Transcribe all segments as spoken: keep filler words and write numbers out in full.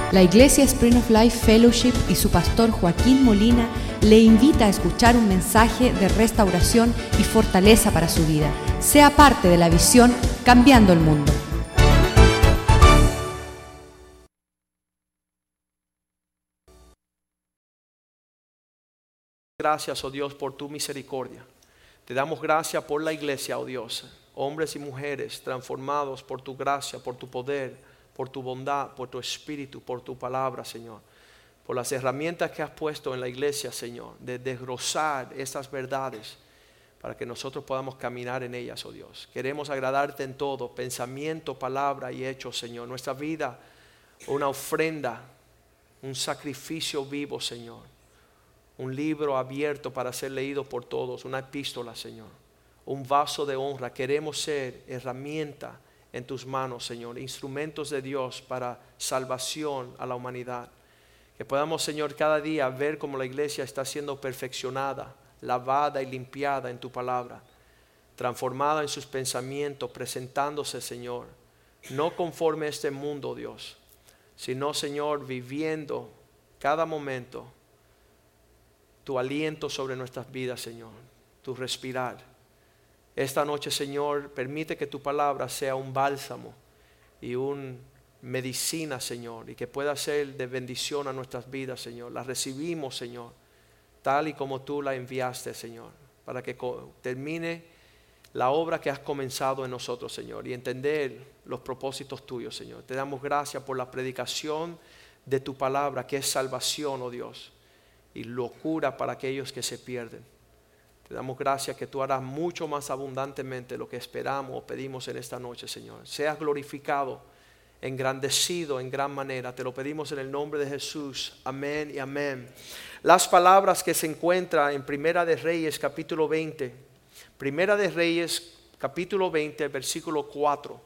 La Iglesia Spring of Life Fellowship y su pastor Joaquín Molina le invita a escuchar un mensaje de restauración y fortaleza para su vida. Sea parte de la visión Cambiando el Mundo. Gracias, oh Dios, por tu misericordia. Te damos gracias por la iglesia, oh Dios. Hombres y mujeres transformados por tu gracia, por tu poder, por tu bondad, por tu espíritu, por tu palabra, Señor. Por las herramientas que has puesto en la iglesia, Señor, de desglosar estas verdades para que nosotros podamos caminar en ellas, oh Dios. Queremos agradarte en todo, pensamiento, palabra y hecho, Señor. Nuestra vida, una ofrenda, un sacrificio vivo, Señor. Un libro abierto para ser leído por todos, una epístola, Señor. Un vaso de honra. Queremos ser herramienta en tus manos, Señor. Instrumentos de Dios para salvación a la humanidad. Que podamos, Señor, cada día ver cómo la iglesia está siendo perfeccionada, lavada y limpiada en tu palabra. Transformada en sus pensamientos, presentándose, Señor. No conforme a este mundo, Dios. Sino, Señor, viviendo cada momento tu aliento sobre nuestras vidas, Señor, tu respirar. Esta noche, Señor, permite que tu palabra sea un bálsamo y una medicina, Señor, y que pueda ser de bendición a nuestras vidas, Señor. La recibimos, Señor, tal y como tú la enviaste, Señor, para que termine la obra que has comenzado en nosotros, Señor, y entender los propósitos tuyos, Señor. Te damos gracias por la predicación de tu palabra, que es salvación, oh Dios, y locura para aquellos que se pierden. Te damos gracias que tú harás mucho más abundantemente lo que esperamos o pedimos en esta noche, Señor. Seas glorificado, engrandecido en gran manera. Te lo pedimos en el nombre de Jesús. Amén y amén. Las palabras que se encuentran en Primera de Reyes, capítulo veinte. Primera de Reyes, capítulo veinte, versículo cuatro.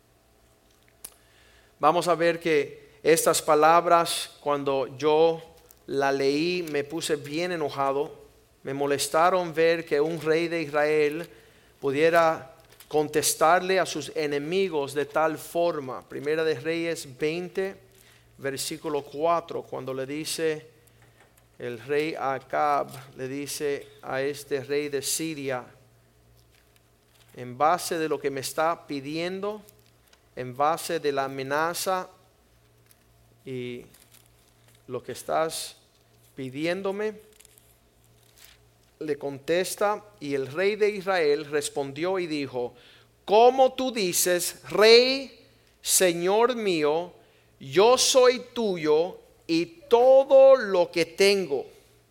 Vamos a ver que estas palabras, cuando yo la leí, me puse bien enojado. Me molestaron ver que un rey de Israel pudiera contestarle a sus enemigos de tal forma. Primera de Reyes veinte, versículo cuatro, cuando le dice el rey Acab, le dice a este rey de Siria, en base de lo que me está pidiendo, en base de la amenaza y lo que estás pidiéndome, le contesta, y el rey de Israel respondió y dijo: ¿cómo tú dices, rey, señor mío? Yo soy tuyo y todo lo que tengo,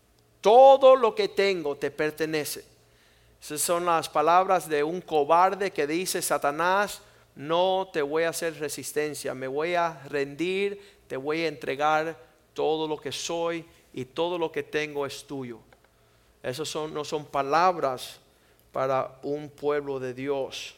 todo lo que tengo te pertenece. Esas son las palabras de un cobarde que dice: Satanás, no te voy a hacer resistencia, me voy a rendir, te voy a entregar todo lo que soy y todo lo que tengo es tuyo. Esas son, no son palabras para un pueblo de Dios.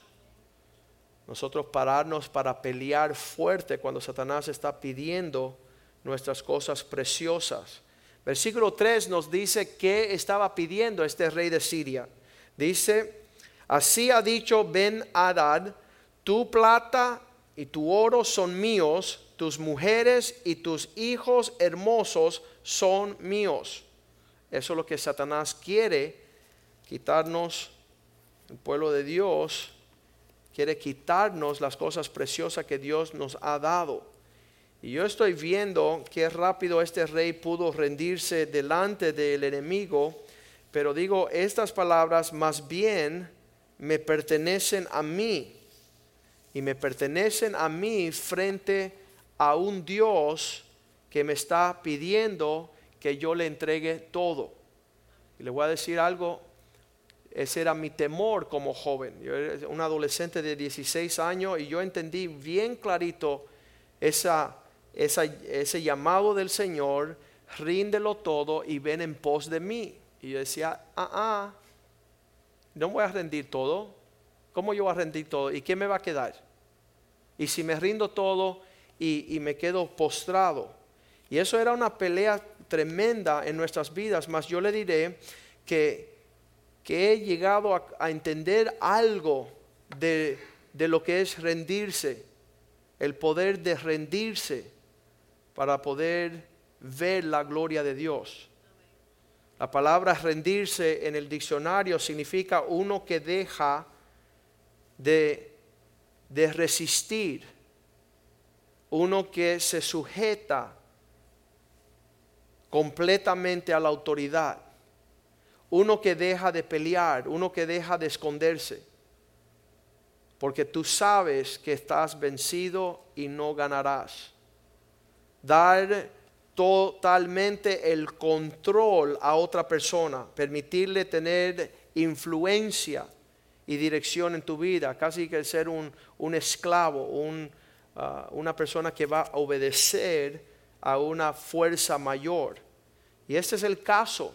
Nosotros pararnos para pelear fuerte cuando Satanás está pidiendo nuestras cosas preciosas. Versículo tres nos dice que estaba pidiendo este rey de Siria. Dice: así ha dicho Ben-Hadad, tu plata y tu oro son míos, tus mujeres y tus hijos hermosos son míos. Eso es lo que Satanás quiere, quitarnos, el pueblo de Dios quiere quitarnos las cosas preciosas que Dios nos ha dado. Y yo estoy viendo qué rápido este rey pudo rendirse delante del enemigo, pero digo, estas palabras más bien me pertenecen a mí, y me pertenecen a mí frente a un Dios que me está pidiendo que yo le entregue todo. Y le voy a decir algo, ese era mi temor como joven. Yo era un adolescente de dieciséis años y yo entendí bien clarito esa, esa, ese llamado del Señor: ríndelo todo y ven en pos de mí. Y yo decía, ah, ah, no voy a rendir todo. ¿Cómo yo voy a rendir todo? ¿Y qué me va a quedar? Y si me rindo todo y, y me quedo postrado. Y eso era una pelea tremenda en nuestras vidas, mas yo le diré que, que he llegado a, a entender algo de, de lo que es rendirse, el poder de rendirse, para poder ver la gloria de Dios. La palabra rendirse en el diccionario significa uno que deja de, de resistir, uno que se sujeta completamente a la autoridad, uno que deja de pelear, uno que deja de esconderse, porque tú sabes que estás vencido y no ganarás. Dar totalmente el control a otra persona, permitirle tener influencia y dirección en tu vida, casi que ser un, un esclavo, un, uh, una persona que va a obedecer a una fuerza mayor. Y este es el caso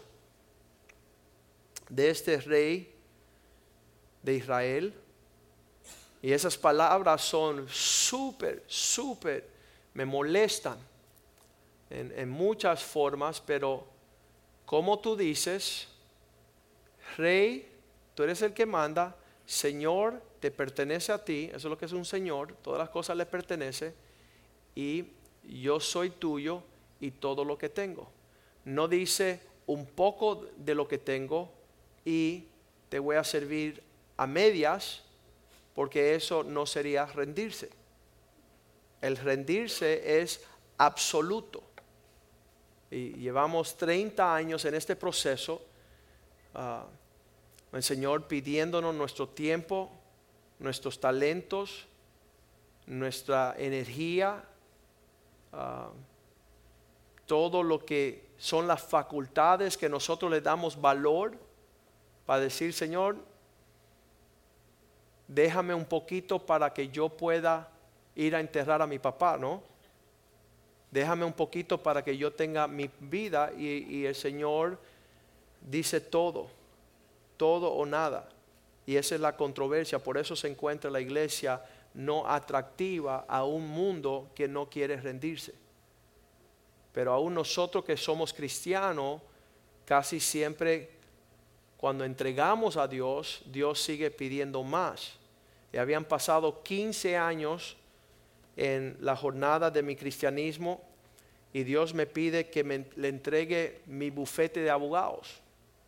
de este rey de Israel. Y esas palabras son súper, súper, me molestan en, en muchas formas, pero como tú dices, rey, tú eres el que manda, Señor, te pertenece a ti, eso es lo que es un Señor, todas las cosas le pertenecen, y yo soy tuyo y todo lo que tengo. No dice un poco de lo que tengo y te voy a servir a medias, porque eso no sería rendirse. El rendirse es absoluto. Y llevamos treinta años en este proceso, uh, el Señor pidiéndonos nuestro tiempo, nuestros talentos, nuestra energía, uh, todo lo que son las facultades que nosotros le damos valor, para decir, Señor, déjame un poquito para que yo pueda ir a enterrar a mi papá, ¿no? Déjame un poquito para que yo tenga mi vida. Y, y el Señor dice todo, todo o nada. Y esa es la controversia. Por eso se encuentra la iglesia no atractiva a un mundo que no quiere rendirse. Pero aún nosotros que somos cristianos, casi siempre cuando entregamos a Dios, Dios sigue pidiendo más. Y habían pasado quince años en la jornada de mi cristianismo y Dios me pide que me, le entregue mi bufete de abogados.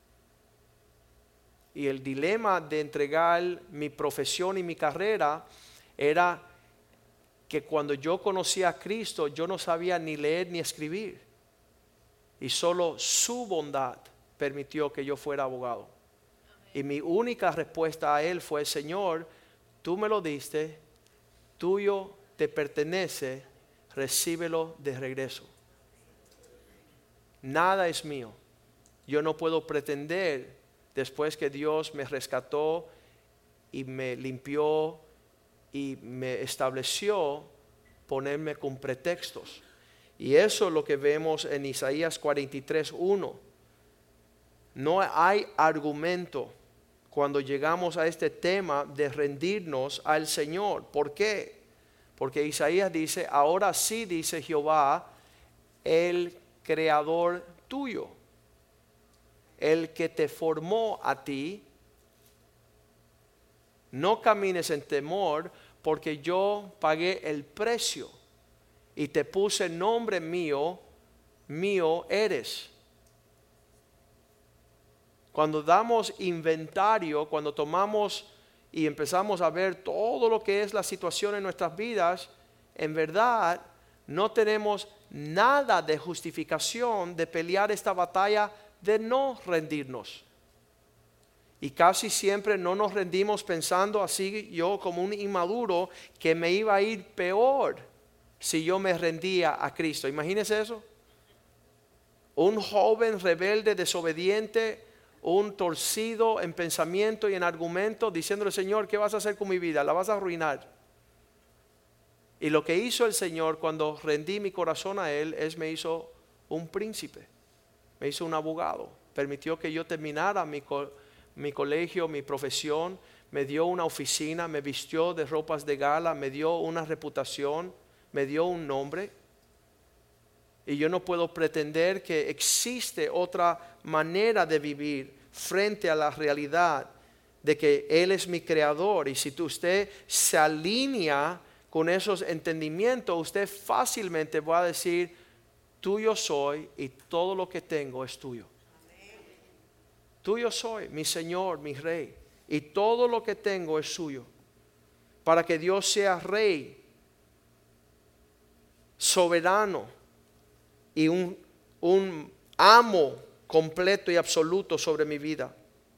Y el dilema de entregar mi profesión y mi carrera era que cuando yo conocí a Cristo, yo no sabía ni leer ni escribir. Y solo su bondad permitió que yo fuera abogado. Y mi única respuesta a Él fue, Señor, tú me lo diste, tuyo te pertenece, recíbelo de regreso. Nada es mío. Yo no puedo pretender, después que Dios me rescató y me limpió y me estableció, ponerme con pretextos. Y eso es lo que vemos en Isaías cuarenta y tres, uno. No hay argumento cuando llegamos a este tema de rendirnos al Señor. ¿Por qué? Porque Isaías dice, ahora sí dice Jehová, el creador tuyo, el que te formó a ti. No camines en temor, porque yo pagué el precio y te puse nombre mío, mío eres. Cuando damos inventario, cuando tomamos y empezamos a ver todo lo que es la situación en nuestras vidas, en verdad no tenemos nada de justificación de pelear esta batalla de no rendirnos. Y casi siempre no nos rendimos pensando así, yo como un inmaduro, que me iba a ir peor si yo me rendía a Cristo. Imagínense eso. Un joven rebelde, desobediente, un torcido en pensamiento y en argumento, diciéndole, Señor, ¿qué vas a hacer con mi vida? La vas a arruinar. Y lo que hizo el Señor cuando rendí mi corazón a Él es me hizo un príncipe, me hizo un abogado, permitió que yo terminara mi, co- mi colegio, mi profesión, me dio una oficina, me vistió de ropas de gala, me dio una reputación, me dio un nombre. Y yo no puedo pretender que existe otra manera de vivir frente a la realidad de que Él es mi creador. Y si tú, usted se alinea con esos entendimientos, usted fácilmente va a decir, tuyo soy y todo lo que tengo es tuyo. Tuyo soy, mi Señor, mi Rey, y todo lo que tengo es suyo. Para que Dios sea Rey, soberano y un, un amo completo y absoluto sobre mi vida.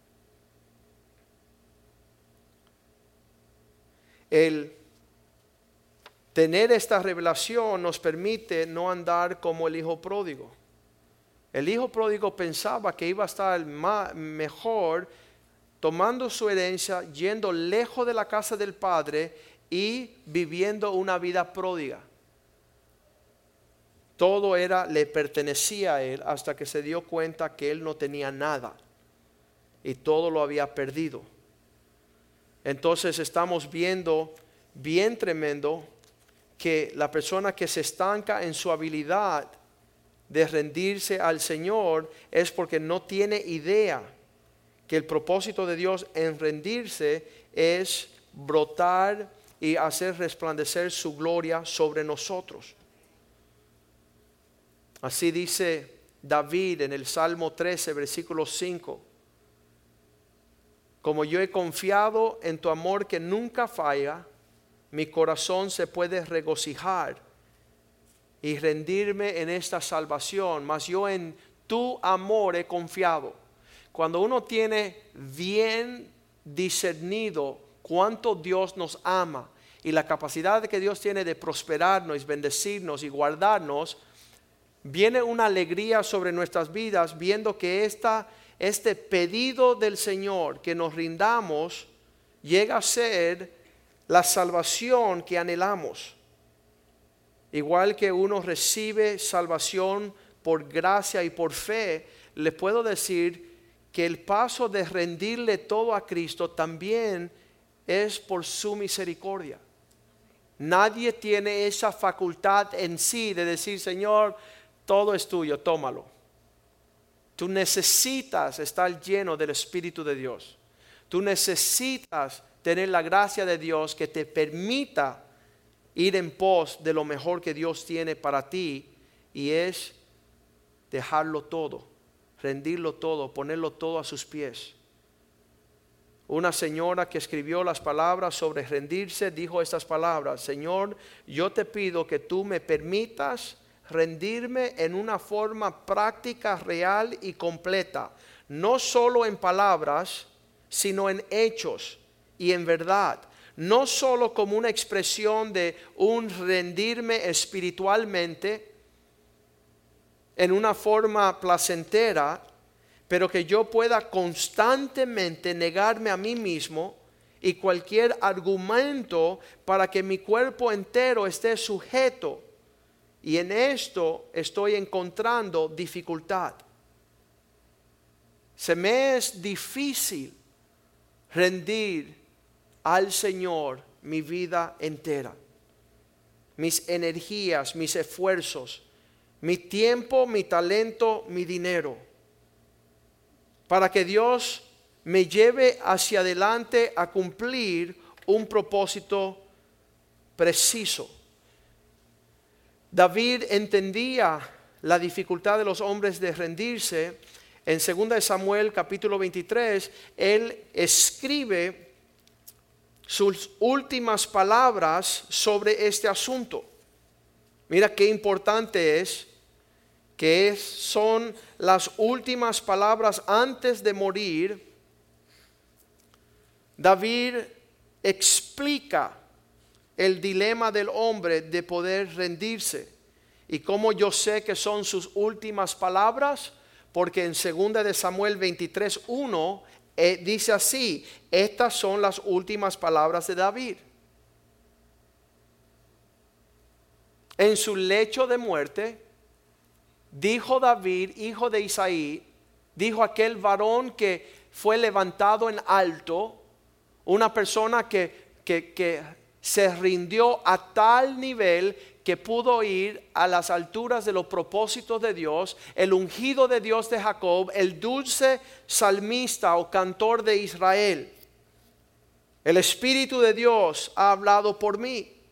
El tener esta revelación nos permite no andar como el hijo pródigo. El hijo pródigo pensaba que iba a estar más, mejor tomando su herencia, yendo lejos de la casa del padre y viviendo una vida pródiga. Todo era, le pertenecía a él hasta que se dio cuenta que él no tenía nada y todo lo había perdido. Entonces estamos viendo bien tremendo que la persona que se estanca en su habilidad de rendirse al Señor es porque no tiene idea que el propósito de Dios en rendirse es brotar y hacer resplandecer su gloria sobre nosotros. Así dice David en el Salmo trece, versículo cinco. Como yo he confiado en tu amor que nunca falla, mi corazón se puede regocijar y rendirme en esta salvación, mas yo en tu amor he confiado. Cuando uno tiene bien discernido cuánto Dios nos ama y la capacidad que Dios tiene de prosperarnos, bendecirnos y guardarnos, viene una alegría sobre nuestras vidas viendo que esta, este pedido del Señor que nos rindamos llega a ser la salvación que anhelamos. Igual que uno recibe salvación por gracia y por fe, les puedo decir que el paso de rendirle todo a Cristo también es por su misericordia. Nadie tiene esa facultad en sí de decir, Señor, todo es tuyo, tómalo. Tú necesitas estar lleno del Espíritu de Dios. Tú necesitas tener la gracia de Dios que te permita ir en pos de lo mejor que Dios tiene para ti, y es dejarlo todo, rendirlo todo, ponerlo todo a sus pies. Una señora que escribió las palabras sobre rendirse dijo estas palabras: Señor, yo te pido que tú me permitas rendirme en una forma práctica, real y completa, no solo en palabras, sino en hechos y en verdad. No solo como una expresión de un rendirme espiritualmente en una forma placentera, pero que yo pueda constantemente negarme a mí mismo y cualquier argumento para que mi cuerpo entero esté sujeto. Y en esto estoy encontrando dificultad. Se me es difícil rendir al Señor mi vida entera, mis energías, mis esfuerzos, mi tiempo, mi talento, mi dinero, para que Dios me lleve hacia adelante a cumplir un propósito preciso. David entendía la dificultad de los hombres de rendirse. En segunda de Samuel capítulo veintitrés, él escribe sus últimas palabras sobre este asunto. Mira qué importante es que es, son las últimas palabras antes de morir. David explica el dilema del hombre de poder rendirse. ¿Y cómo yo sé que son sus últimas palabras? Porque en segunda de Samuel veintitrés uno eh, dice así: estas son las últimas palabras de David. En su lecho de muerte, dijo David, hijo de Isaí, dijo aquel varón que fue levantado en alto, una persona que, que, que se rindió a tal nivel que pudo ir a las alturas de los propósitos de Dios, el ungido de Dios de Jacob, el dulce salmista o cantor de Israel. El Espíritu de Dios ha hablado por mí.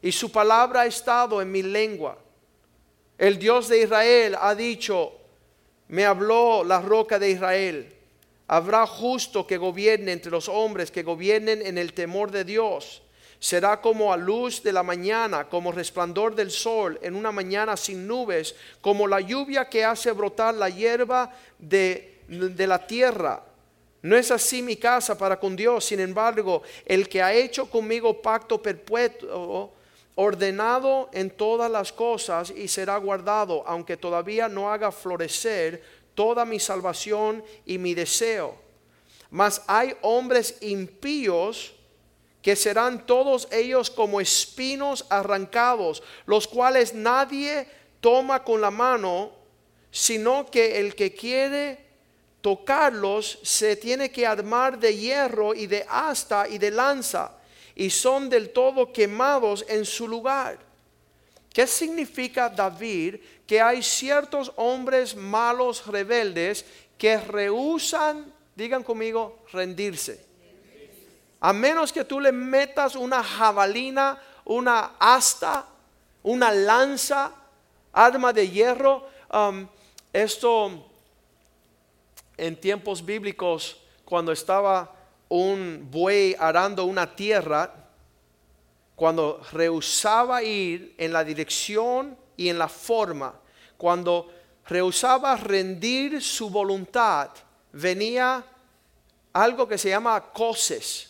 y su palabra ha estado en mi lengua. El Dios de Israel ha dicho, me habló la roca de Israel. Habrá justo que gobierne entre los hombres, que gobiernen en el temor de Dios. Será como a luz de la mañana, como resplandor del sol en una mañana sin nubes, como la lluvia que hace brotar la hierba de, de la tierra. No es así mi casa para con Dios. Sin embargo, el que ha hecho conmigo pacto perpetuo, ordenado en todas las cosas, y será guardado, aunque todavía no haga florecer toda mi salvación y mi deseo. Mas hay hombres impíos que serán todos ellos como espinos arrancados, los cuales nadie toma con la mano, sino que el que quiere tocarlos se tiene que armar de hierro y de asta y de lanza, y son del todo quemados en su lugar. ¿Qué significa, David? Que hay ciertos hombres malos, rebeldes, que rehúsan, digan conmigo, rendirse. A menos que tú le metas una jabalina, una asta, una lanza, arma de hierro. Um, esto en tiempos bíblicos, cuando estaba un buey arando una tierra, cuando rehusaba ir en la dirección y en la forma, cuando rehusaba rendir su voluntad, venía algo que se llama coces.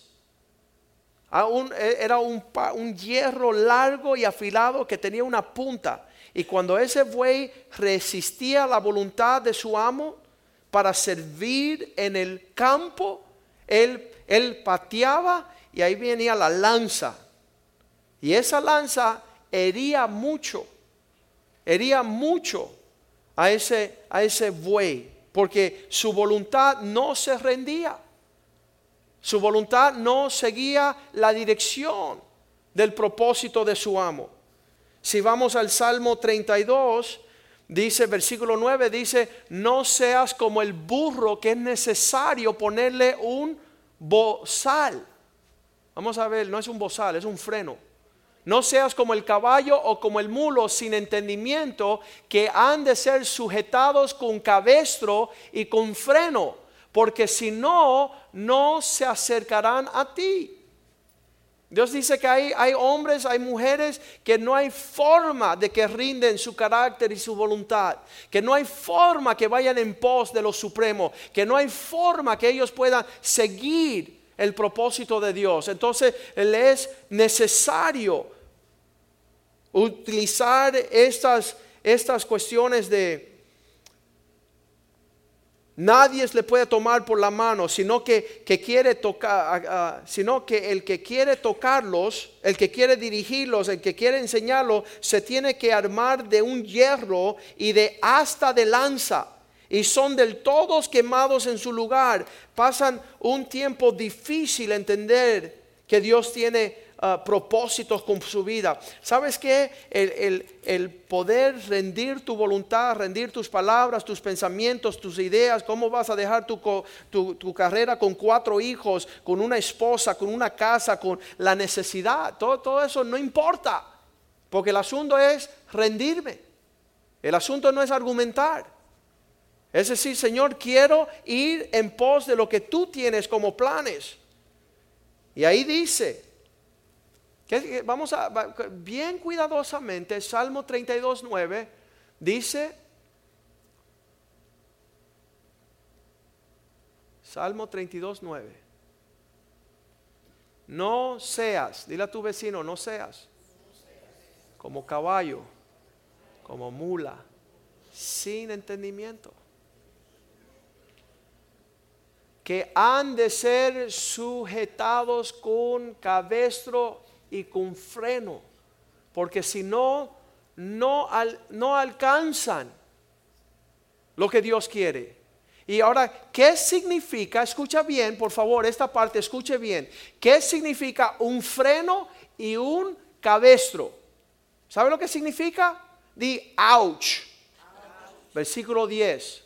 Era un, un hierro largo y afilado que tenía una punta, y cuando ese buey resistía la voluntad de su amo para servir en el campo, él, él pateaba y ahí venía la lanza, y esa lanza hería mucho, hería mucho a ese, a ese buey, porque su voluntad no se rendía. Su voluntad no seguía la dirección del propósito de su amo. Si vamos al Salmo treinta y dos, dice, versículo nueve, dice, no seas como el burro que es necesario ponerle un bozal. Vamos a ver, no es un bozal, es un freno. No seas como el caballo o como el mulo sin entendimiento, que han de ser sujetados con cabestro y con freno, porque si no, no se acercarán a ti. Dios dice que hay, hay hombres, hay mujeres que no hay forma de que rinden su carácter y su voluntad, que no hay forma que vayan en pos de lo supremo, que no hay forma que ellos puedan seguir el propósito de Dios. Entonces le es necesario utilizar estas, estas cuestiones de nadie le puede tomar por la mano, sino que, que quiere tocar, uh, sino que el que quiere tocarlos, el que quiere dirigirlos, el que quiere enseñarlos, se tiene que armar de un hierro y de asta de lanza, y son del todos quemados en su lugar. Pasan un tiempo difícil entender que Dios tiene uh, propósitos con su vida. ¿Sabes qué? El, el, el poder rendir tu voluntad, rendir tus palabras, tus pensamientos, tus ideas. ¿Cómo vas a dejar tu, tu, tu carrera con cuatro hijos, con una esposa, con una casa, con la necesidad? Todo, todo eso no importa, porque el asunto es rendirme. El asunto no es argumentar. Es decir, Señor, quiero ir en pos de lo que tú tienes como planes. Y ahí dice, que vamos a, bien cuidadosamente, Salmo treinta y dos, nueve, dice, Salmo treinta y dos, nueve, no seas, dile a tu vecino, no seas como caballo, como mula, sin entendimiento, que han de ser sujetados con cabestro y con freno, porque si no, no, al, no alcanzan lo que Dios quiere. Y ahora, ¿qué significa? Escucha bien, por favor, esta parte, escuche bien. ¿Qué significa un freno y un cabestro? ¿Sabe lo que significa? Di ouch. Versículo diez.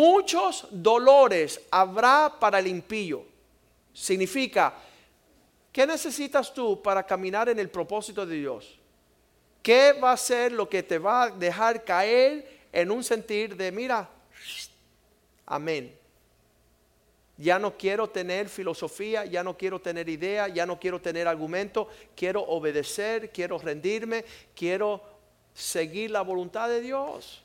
Muchos dolores habrá para el impío. Significa ¿Qué necesitas tú para caminar en el propósito de Dios? ¿Qué va a ser lo que te va a dejar caer en un sentir de, mira, amén? Ya no quiero tener filosofía, ya no quiero tener idea, ya no quiero tener argumento, quiero obedecer, quiero rendirme, quiero seguir la voluntad de Dios.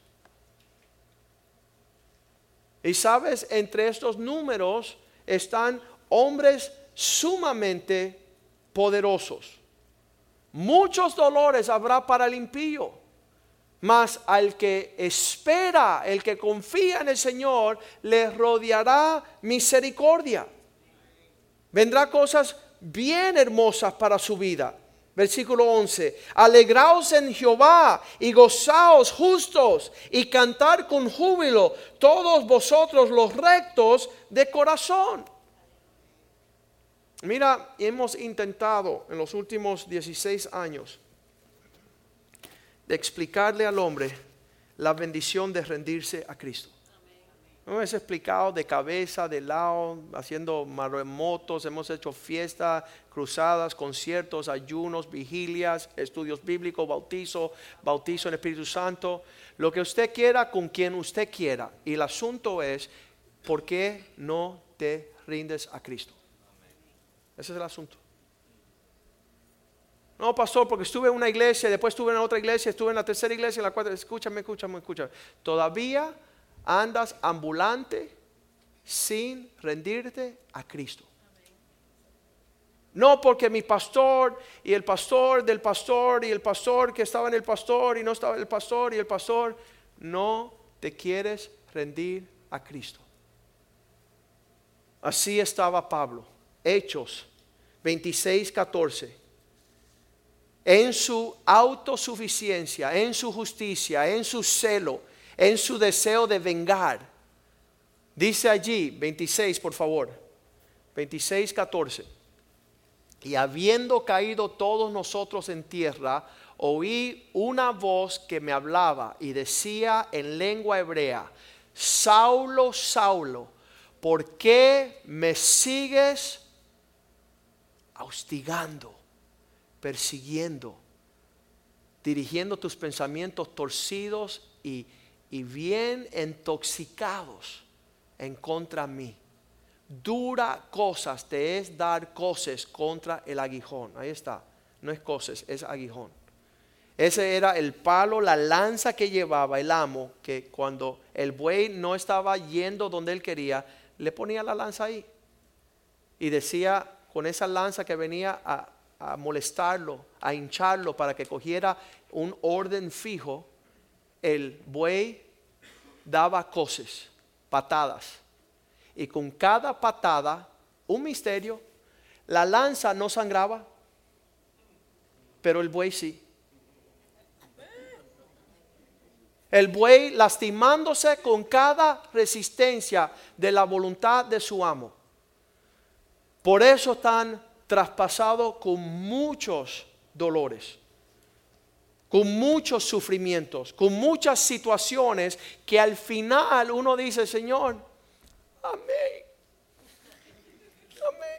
Y sabes, entre estos números están hombres sumamente poderosos. Muchos dolores habrá para el impío, mas al que espera, el que confía en el Señor, le rodeará misericordia. Vendrá cosas bien hermosas para su vida. Versículo once. Alegraos en Jehová y gozaos justos y cantar con júbilo todos vosotros los rectos de corazón. Mira, hemos intentado en los últimos dieciséis años de explicarle al hombre la bendición de rendirse a Cristo. Hemos explicado de cabeza, de lado, haciendo maremotos, hemos hecho fiestas, cruzadas, conciertos, ayunos, vigilias, estudios bíblicos, bautizo, bautizo en el Espíritu Santo, lo que usted quiera con quien usted quiera. Y el asunto es, ¿por qué no te rindes a Cristo? Ese es el asunto. No, pastor, porque estuve en una iglesia, después estuve en otra iglesia, estuve en la tercera iglesia, en la cuarta. Escúchame, escúchame, escúchame. Todavía andas ambulante sin rendirte a Cristo. No porque mi pastor y el pastor del pastor y el pastor que estaba en el pastor y no estaba en el pastor y el pastor, no te quieres rendir a Cristo. Así estaba Pablo. Hechos veintiséis, catorce. En su autosuficiencia, en su justicia, en su celo, en su deseo de vengar. Dice allí, veintiséis por favor, veintiséis, catorce. Y habiendo caído todos nosotros en tierra, oí una voz que me hablaba y decía en lengua hebrea: Saulo, Saulo, ¿por qué me sigues hostigando, persiguiendo, dirigiendo tus pensamientos torcidos y, y bien intoxicados en contra mí? Dura cosas te es dar coces contra el aguijón. Ahí está, no es coces, es aguijón. Ese era el palo, la lanza que llevaba el amo, que cuando el buey no estaba yendo donde él quería, le ponía la lanza ahí y decía, con esa lanza que venía a, a molestarlo, a hincharlo para que cogiera un orden fijo, el buey daba coces, patadas. Y con cada patada, un misterio, la lanza no sangraba, pero el buey sí. El buey lastimándose con cada resistencia de la voluntad de su amo. Por eso están traspasados con muchos dolores, con muchos sufrimientos, con muchas situaciones que al final uno dice, Señor, amén, amén.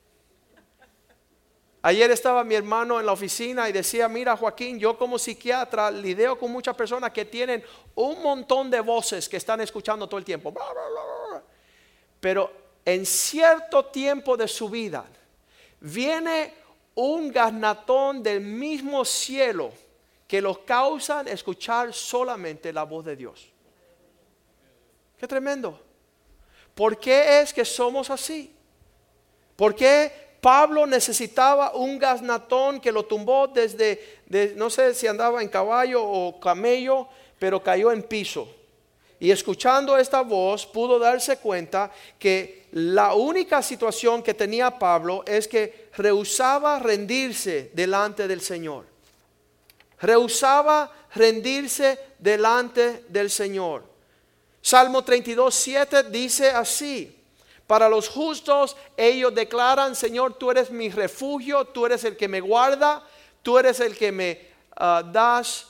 Ayer estaba mi hermano en la oficina y decía, mira Joaquín, yo como psiquiatra lidio con muchas personas que tienen un montón de voces que están escuchando todo el tiempo, bla, bla, bla, bla. Pero en cierto tiempo de su vida viene un gaznatón del mismo cielo que los causan escuchar solamente la voz de Dios. Qué tremendo. ¿Por qué es que somos así? ¿Por qué Pablo necesitaba un gaznatón que lo tumbó desde, de, no sé si andaba en caballo o camello, pero cayó en piso? Y escuchando esta voz pudo darse cuenta que la única situación que tenía Pablo es que rehusaba rendirse delante del Señor. Rehusaba rendirse delante del Señor. Salmo treinta y dos, siete dice así: para los justos ellos declaran, Señor, tú eres mi refugio, tú eres el que me guarda, tú eres el que me uh, das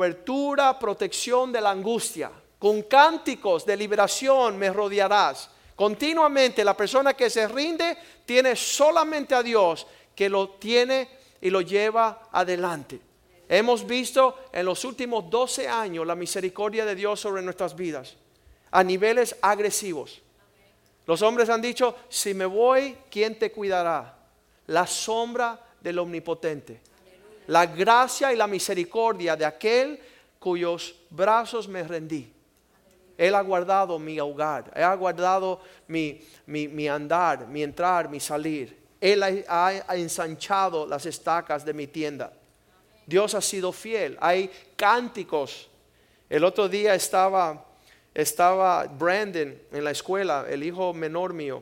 cobertura, protección de la angustia. Con cánticos de liberación me rodearás, Continuamente la persona que se rinde tiene solamente a Dios que lo tiene y lo lleva adelante. Hemos visto en los últimos doce años la misericordia de Dios sobre nuestras vidas a niveles agresivos. Los hombres han dicho, si me voy, ¿quién te cuidará? La sombra del Omnipotente. La gracia y la misericordia de aquel cuyos brazos me rendí. Él ha guardado mi hogar, Él ha guardado mi, mi, mi andar, mi entrar, mi salir. Él ha, ha ensanchado las estacas de mi tienda. Dios ha sido fiel. Hay cánticos. El otro día estaba, estaba Brandon en la escuela, el hijo menor mío.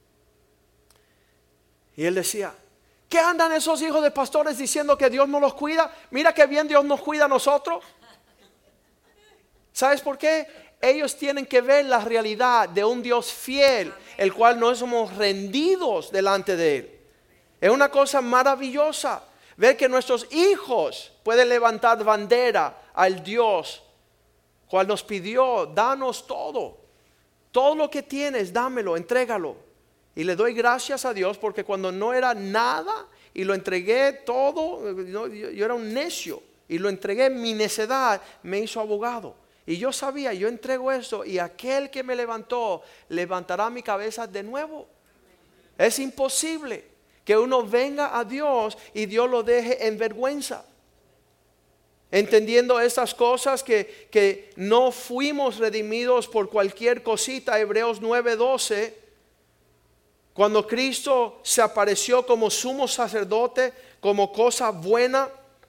Y él decía, ¿qué andan esos hijos de pastores diciendo que Dios no los cuida? Mira qué bien Dios nos cuida a nosotros. ¿Sabes por qué? Ellos tienen que ver la realidad de un Dios fiel, el cual no somos rendidos delante de Él. Es una cosa maravillosa ver que nuestros hijos pueden levantar bandera al Dios cual nos pidió, danos todo. Todo lo que tienes, dámelo, entrégalo. Y le doy gracias a Dios porque cuando no era nada y lo entregué todo, yo, yo era un necio y lo entregué, mi necedad me hizo abogado. Y yo sabía, yo entrego esto y aquel que me levantó levantará mi cabeza de nuevo. Es imposible que uno venga a Dios y Dios lo deje en vergüenza. Entendiendo estas cosas que, que no fuimos redimidos por cualquier cosita. Hebreos nueve doce, cuando Cristo se apareció como sumo sacerdote, como cosa buena.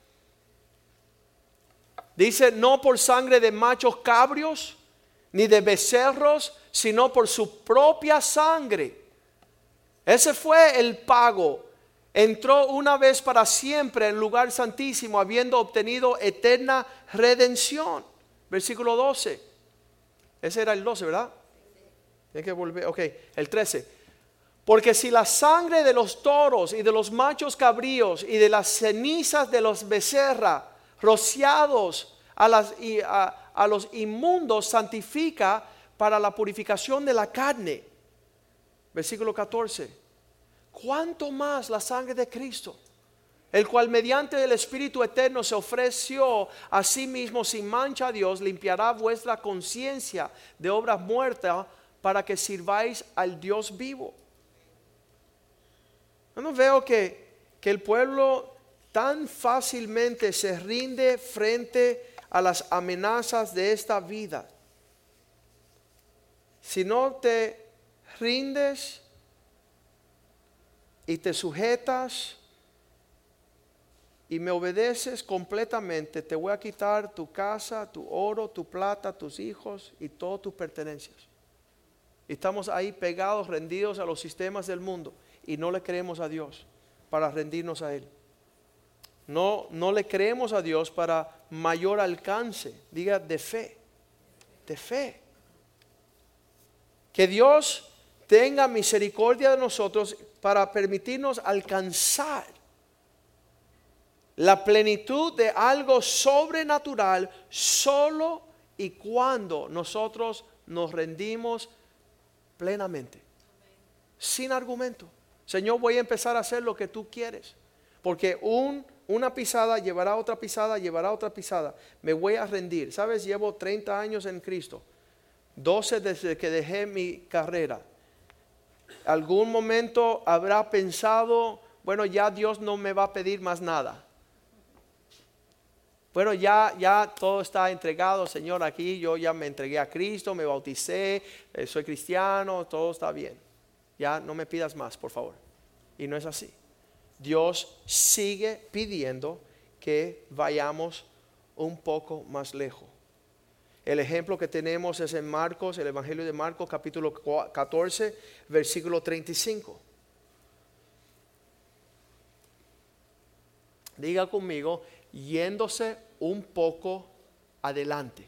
Dice, no por sangre de machos cabrios, ni de becerros, sino por su propia sangre. Ese fue el pago. Entró una vez para siempre en el lugar santísimo, habiendo obtenido eterna redención. Versículo doce. Ese era el doce, ¿verdad? Tiene que volver, ok, el trece. Porque si la sangre de los toros y de los machos cabríos y de las cenizas de los becerras rociados a, las, a, a los inmundos santifica para la purificación de la carne. Versículo catorce. ¿Cuánto más la sangre de Cristo, el cual mediante el Espíritu eterno se ofreció a sí mismo sin mancha a Dios, limpiará vuestra conciencia de obras muertas para que sirváis al Dios vivo? Yo no veo que, que el pueblo tan fácilmente se rinde frente a las amenazas de esta vida. Si no te rindes y te sujetas y me obedeces completamente, te voy a quitar tu casa, tu oro, tu plata, tus hijos y todas tus pertenencias. Y estamos ahí pegados, rendidos a los sistemas del mundo y no le creemos a Dios para rendirnos a Él. No, no le creemos a Dios para mayor alcance, diga de fe, de fe. Que Dios tenga misericordia de nosotros para permitirnos alcanzar la plenitud de algo sobrenatural solo y cuando nosotros nos rendimos plenamente, sin argumento. Señor, voy a empezar a hacer lo que tú quieres, porque un Una pisada llevará otra pisada, llevará otra pisada. Me voy a rendir. Sabes, llevo treinta años en Cristo. doce desde que dejé mi carrera. Algún momento habrá pensado, bueno, ya Dios no me va a pedir más nada. Bueno, ya, ya todo está entregado, Señor, aquí yo ya me entregué a Cristo, me bauticé, eh, soy cristiano, todo está bien. Ya no me pidas más, por favor. Y no es así. Dios sigue pidiendo que vayamos un poco más lejos. El ejemplo que tenemos es en Marcos, el Evangelio de Marcos, capítulo catorce, versículo treinta y cinco. Diga conmigo, yéndose un poco adelante.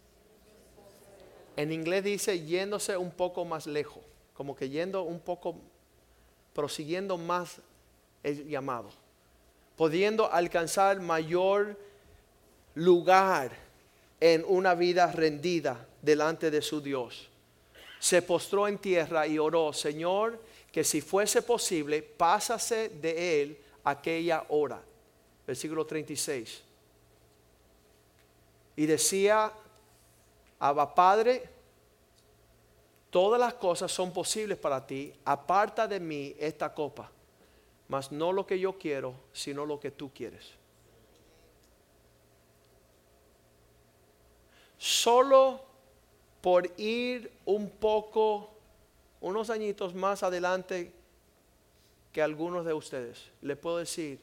En inglés dice yéndose un poco más lejos, como que yendo un poco, prosiguiendo más el llamado, pudiendo alcanzar mayor lugar en una vida rendida delante de su Dios. se postró en tierra y oró: Señor, que si fuese posible, pásase de él aquella hora. Versículo treinta y seis. Y decía: Abba Padre, todas las cosas son posibles para ti, aparta de mí esta copa, mas no lo que yo quiero, sino lo que tú quieres. Solo por ir un poco, unos añitos más adelante que algunos de ustedes, le puedo decir,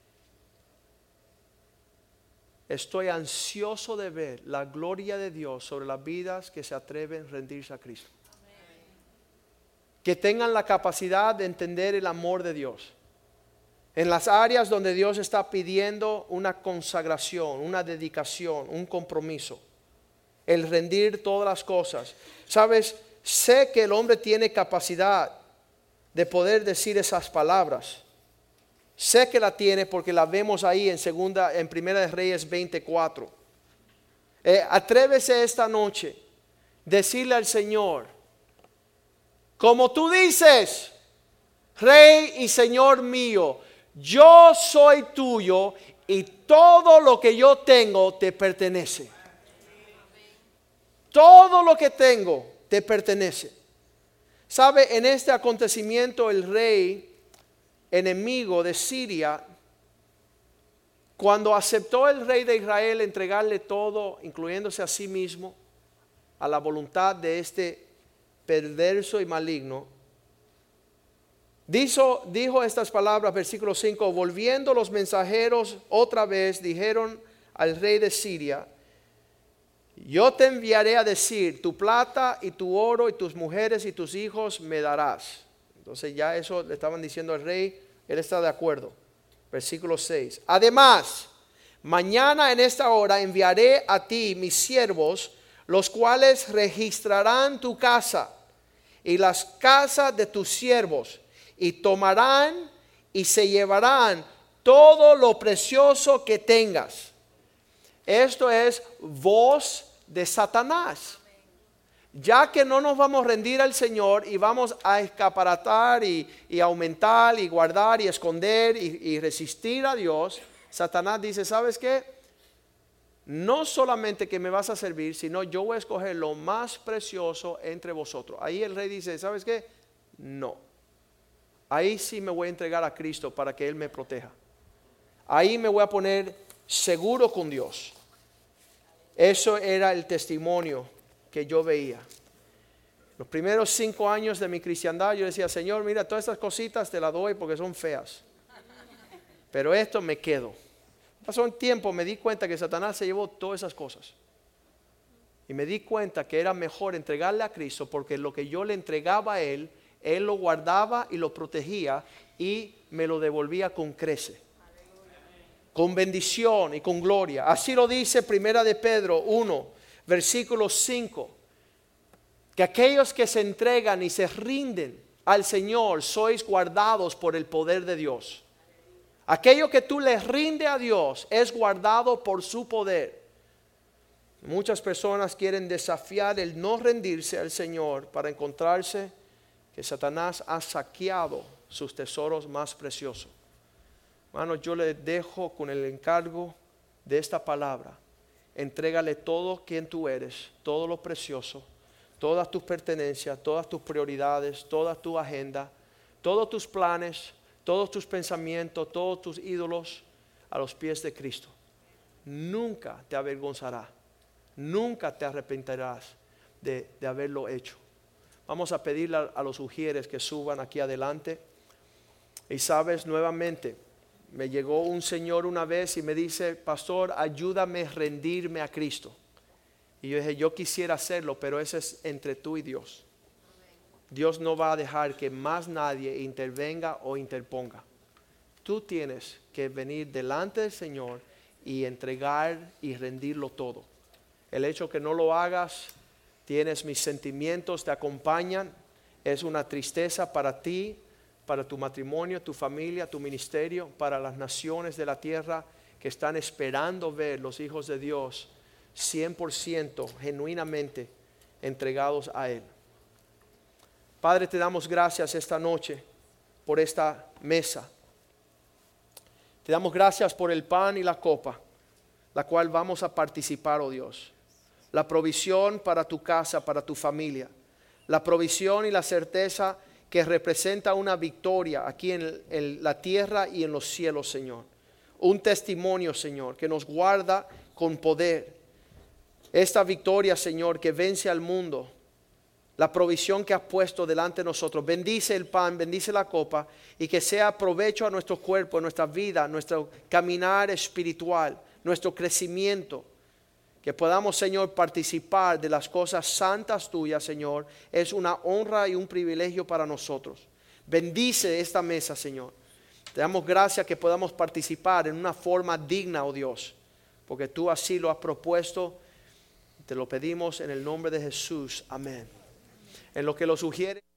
estoy ansioso de ver la gloria de Dios sobre las vidas que se atreven a rendirse a Cristo. Amén. Que tengan la capacidad de entender el amor de Dios. En las áreas donde Dios está pidiendo una consagración, una dedicación, un compromiso. El rendir todas las cosas. Sabes, sé que el hombre tiene capacidad de poder decir esas palabras. Sé que la tiene porque la vemos ahí en segunda, en Primera de Reyes veinticuatro. Eh, atrévese esta noche decirle al Señor: como tú dices, Rey y Señor mío, yo soy tuyo y todo lo que yo tengo te pertenece. Todo lo que tengo te pertenece. ¿Sabe? En este acontecimiento el rey enemigo de Siria, cuando aceptó el rey de Israel entregarle todo, incluyéndose a sí mismo, a la voluntad de este perverso y maligno, dijo, dijo estas palabras, versículo cinco: volviendo los mensajeros otra vez, dijeron al rey de Siria: yo te enviaré a decir, tu plata y tu oro y tus mujeres y tus hijos me darás. Entonces ya eso le estaban diciendo al rey, él está de acuerdo. Versículo seis. Además, mañana en esta hora enviaré a ti mis siervos, los cuales registrarán tu casa y las casas de tus siervos, y tomarán y se llevarán todo lo precioso que tengas. Esto es voz de Satanás. Ya que no nos vamos a rendir al Señor y vamos a escaparatar y, y aumentar y guardar y esconder y, y resistir a Dios, Satanás dice: ¿sabes qué? No solamente que me vas a servir, sino yo voy a escoger lo más precioso entre vosotros. Ahí el rey dice: ¿sabes qué? No. Ahí sí me voy a entregar a Cristo para que Él me proteja. Ahí me voy a poner seguro con Dios. Eso era el testimonio que yo veía. Los primeros cinco años de mi cristiandad yo decía: Señor, mira, todas estas cositas te las doy porque son feas, pero esto me quedo. Pasó un tiempo, me di cuenta que Satanás se llevó todas esas cosas. Y me di cuenta que era mejor entregarle a Cristo, porque lo que yo le entregaba a Él, Él lo guardaba y lo protegía y me lo devolvía con crece, con bendición y con gloria. Así lo dice Primera de Pedro uno, versículo cinco. Que aquellos que se entregan y se rinden al Señor sois guardados por el poder de Dios. Aquello que tú le rinde a Dios es guardado por su poder. Muchas personas quieren desafiar el no rendirse al Señor para encontrarse que Satanás ha saqueado sus tesoros más preciosos. Hermanos, yo le dejo con el encargo de esta palabra. Entrégale todo quien tú eres, todo lo precioso, todas tus pertenencias, todas tus prioridades, toda tu agenda, todos tus planes, todos tus pensamientos, todos tus ídolos a los pies de Cristo. Nunca te avergonzará, nunca te arrepentirás de, de haberlo hecho. Vamos a pedirle a, a los ujieres que suban aquí adelante. Y sabes, nuevamente me llegó un señor una vez y me dice: pastor, ayúdame a rendirme a Cristo. Y yo dije: yo quisiera hacerlo, pero eso es entre tú y Dios. Dios no va a dejar que más nadie intervenga o interponga. Tú tienes que venir delante del Señor y entregar y rendirlo todo. El hecho que no lo hagas, tienes mis sentimientos, te acompañan. Es una tristeza para ti, para tu matrimonio, tu familia, tu ministerio, para las naciones de la tierra que están esperando ver los hijos de Dios cien por ciento genuinamente entregados a Él. Padre, te damos gracias esta noche por esta mesa. Te damos gracias por el pan y la copa, la cual vamos a participar, oh Dios. La provisión para tu casa, para tu familia. La provisión y la certeza que representa una victoria aquí en, en la tierra y en los cielos, Señor. Un testimonio, Señor, que nos guarda con poder. Esta victoria, Señor, que vence al mundo. La provisión que has puesto delante de nosotros. Bendice el pan, bendice la copa, y que sea provecho a nuestro cuerpo, a nuestra vida, a nuestro caminar espiritual, nuestro crecimiento. Que podamos, Señor, participar de las cosas santas tuyas, Señor. Es una honra y un privilegio para nosotros. Bendice esta mesa, Señor. Te damos gracias que podamos participar en una forma digna, oh Dios, porque tú así lo has propuesto. Te lo pedimos en el nombre de Jesús. Amén. En lo que lo sugiere.